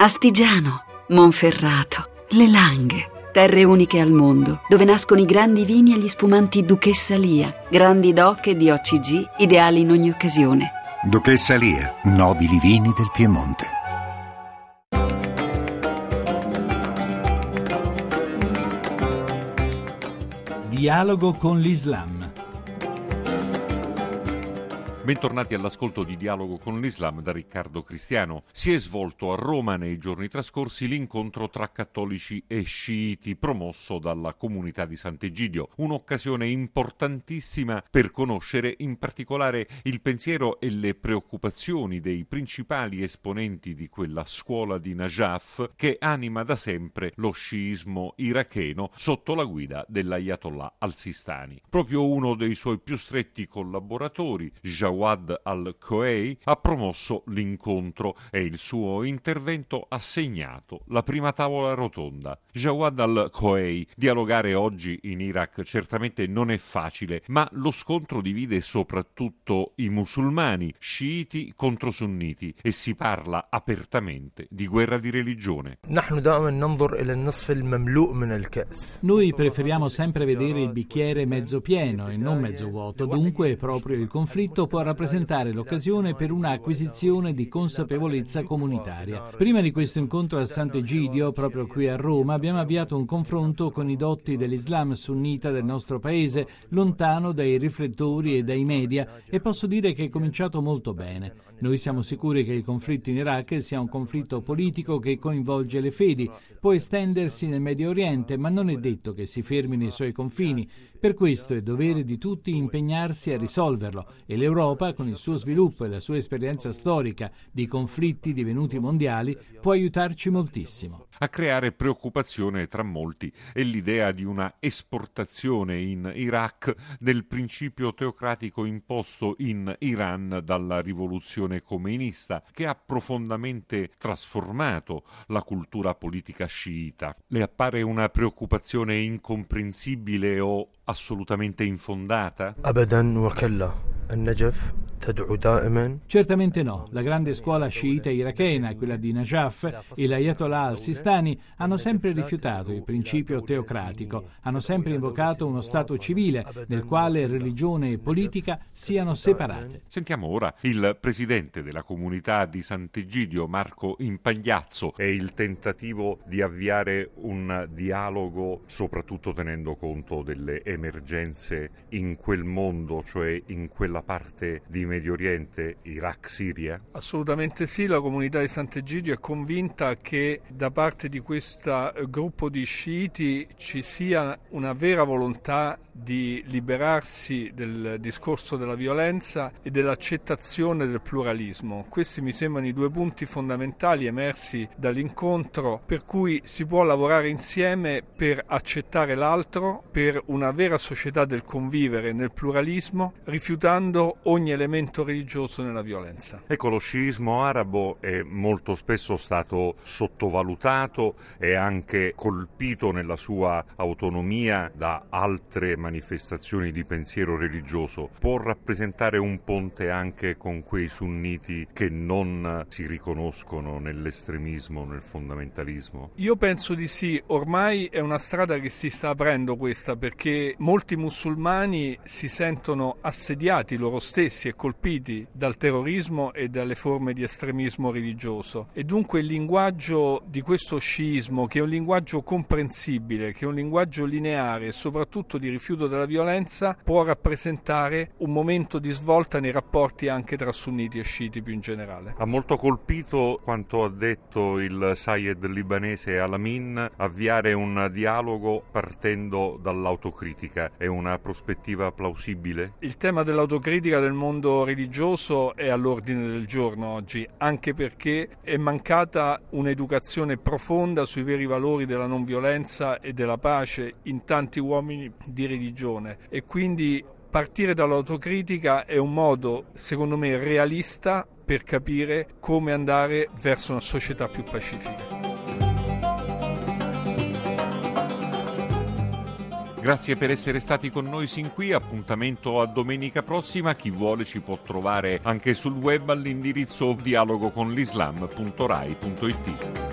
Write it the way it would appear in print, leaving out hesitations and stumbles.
Astigiano, Monferrato, Le Langhe. Terre uniche al mondo, dove nascono i grandi vini e gli spumanti Duchessa Lia, grandi DOC e DOCG, ideali in ogni occasione. Duchessa Lia, nobili vini del Piemonte. Dialogo con l'Islam. Bentornati all'ascolto di Dialogo con l'Islam da Riccardo Cristiano. Si è svolto a Roma nei giorni trascorsi l'incontro tra cattolici e sciiti promosso dalla comunità di Sant'Egidio, un'occasione importantissima per conoscere in particolare il pensiero e le preoccupazioni dei principali esponenti di quella scuola di Najaf che anima da sempre lo sciismo iracheno sotto la guida dell'Ayatollah al-Sistani. Proprio uno dei suoi più stretti collaboratori, Jawad al-Khoei, ha promosso l'incontro e il suo intervento ha segnato la prima tavola rotonda. Jawad al-Khoei: dialogare oggi in Iraq certamente non è facile, ma lo scontro divide soprattutto i musulmani, sciiti contro sunniti, e si parla apertamente di guerra di religione. Noi preferiamo sempre vedere il bicchiere mezzo pieno e non mezzo vuoto, dunque proprio il conflitto può rappresentare l'occasione per una acquisizione di consapevolezza comunitaria. Prima di questo incontro a Sant'Egidio, proprio qui a Roma, abbiamo avviato un confronto con i dotti dell'Islam sunnita del nostro paese, lontano dai riflettori e dai media, e posso dire che è cominciato molto bene. Noi siamo sicuri che il conflitto in Iraq sia un conflitto politico che coinvolge le fedi, può estendersi nel Medio Oriente, ma non è detto che si fermi nei suoi confini. Per questo è dovere di tutti impegnarsi a risolverlo, e l'Europa, con il suo sviluppo e la sua esperienza storica di conflitti divenuti mondiali, può aiutarci moltissimo. A creare preoccupazione tra molti è l'idea di una esportazione in Iraq del principio teocratico imposto in Iran dalla rivoluzione khomeinista, che ha profondamente trasformato la cultura politica sciita. Le appare una preoccupazione incomprensibile o assolutamente infondata? Certamente no. La grande scuola sciita irachena, quella di Najaf, e l'Ayatollah al-Sistani hanno sempre rifiutato il principio teocratico, hanno sempre invocato uno Stato civile nel quale religione e politica siano separate. Sentiamo ora il presidente della comunità di Sant'Egidio, Marco Impagliazzo, e il tentativo di avviare un dialogo soprattutto tenendo conto delle emergenze in quel mondo, cioè in quella parte di Medio Oriente, Iraq, Siria? Assolutamente sì, la comunità di Sant'Egidio è convinta che da parte di questo gruppo di sciiti ci sia una vera volontà di liberarsi del discorso della violenza e dell'accettazione del pluralismo. Questi mi sembrano i due punti fondamentali emersi dall'incontro, per cui si può lavorare insieme per accettare l'altro, per una vera società del convivere nel pluralismo, rifiutando ogni elemento religioso nella violenza. Ecco, lo sciismo arabo è molto spesso stato sottovalutato e anche colpito nella sua autonomia da altre manifestazioni di pensiero religioso. Può rappresentare un ponte anche con quei sunniti che non si riconoscono nell'estremismo, nel fondamentalismo? Io penso di sì. Ormai è una strada che si sta aprendo questa, perché molti musulmani si sentono assediati loro stessi e colpiti dal terrorismo e dalle forme di estremismo religioso, e dunque il linguaggio di questo sciismo, che è un linguaggio comprensibile, che è un linguaggio lineare e soprattutto di rifiuto della violenza, può rappresentare un momento di svolta nei rapporti anche tra sunniti e sciiti più in generale. Ha molto colpito quanto ha detto il Sayed libanese Alamin: avviare un dialogo partendo dall'autocritica. È una prospettiva plausibile? Il tema dell'autocritica del mondo religioso è all'ordine del giorno oggi, anche perché è mancata un'educazione profonda sui veri valori della non violenza e della pace in tanti uomini di religione, e quindi partire dall'autocritica è un modo, secondo me, realista per capire come andare verso una società più pacifica. Grazie per essere stati con noi sin qui, appuntamento a domenica prossima. Chi vuole ci può trovare anche sul web all'indirizzo dialogoconlislam.rai.it.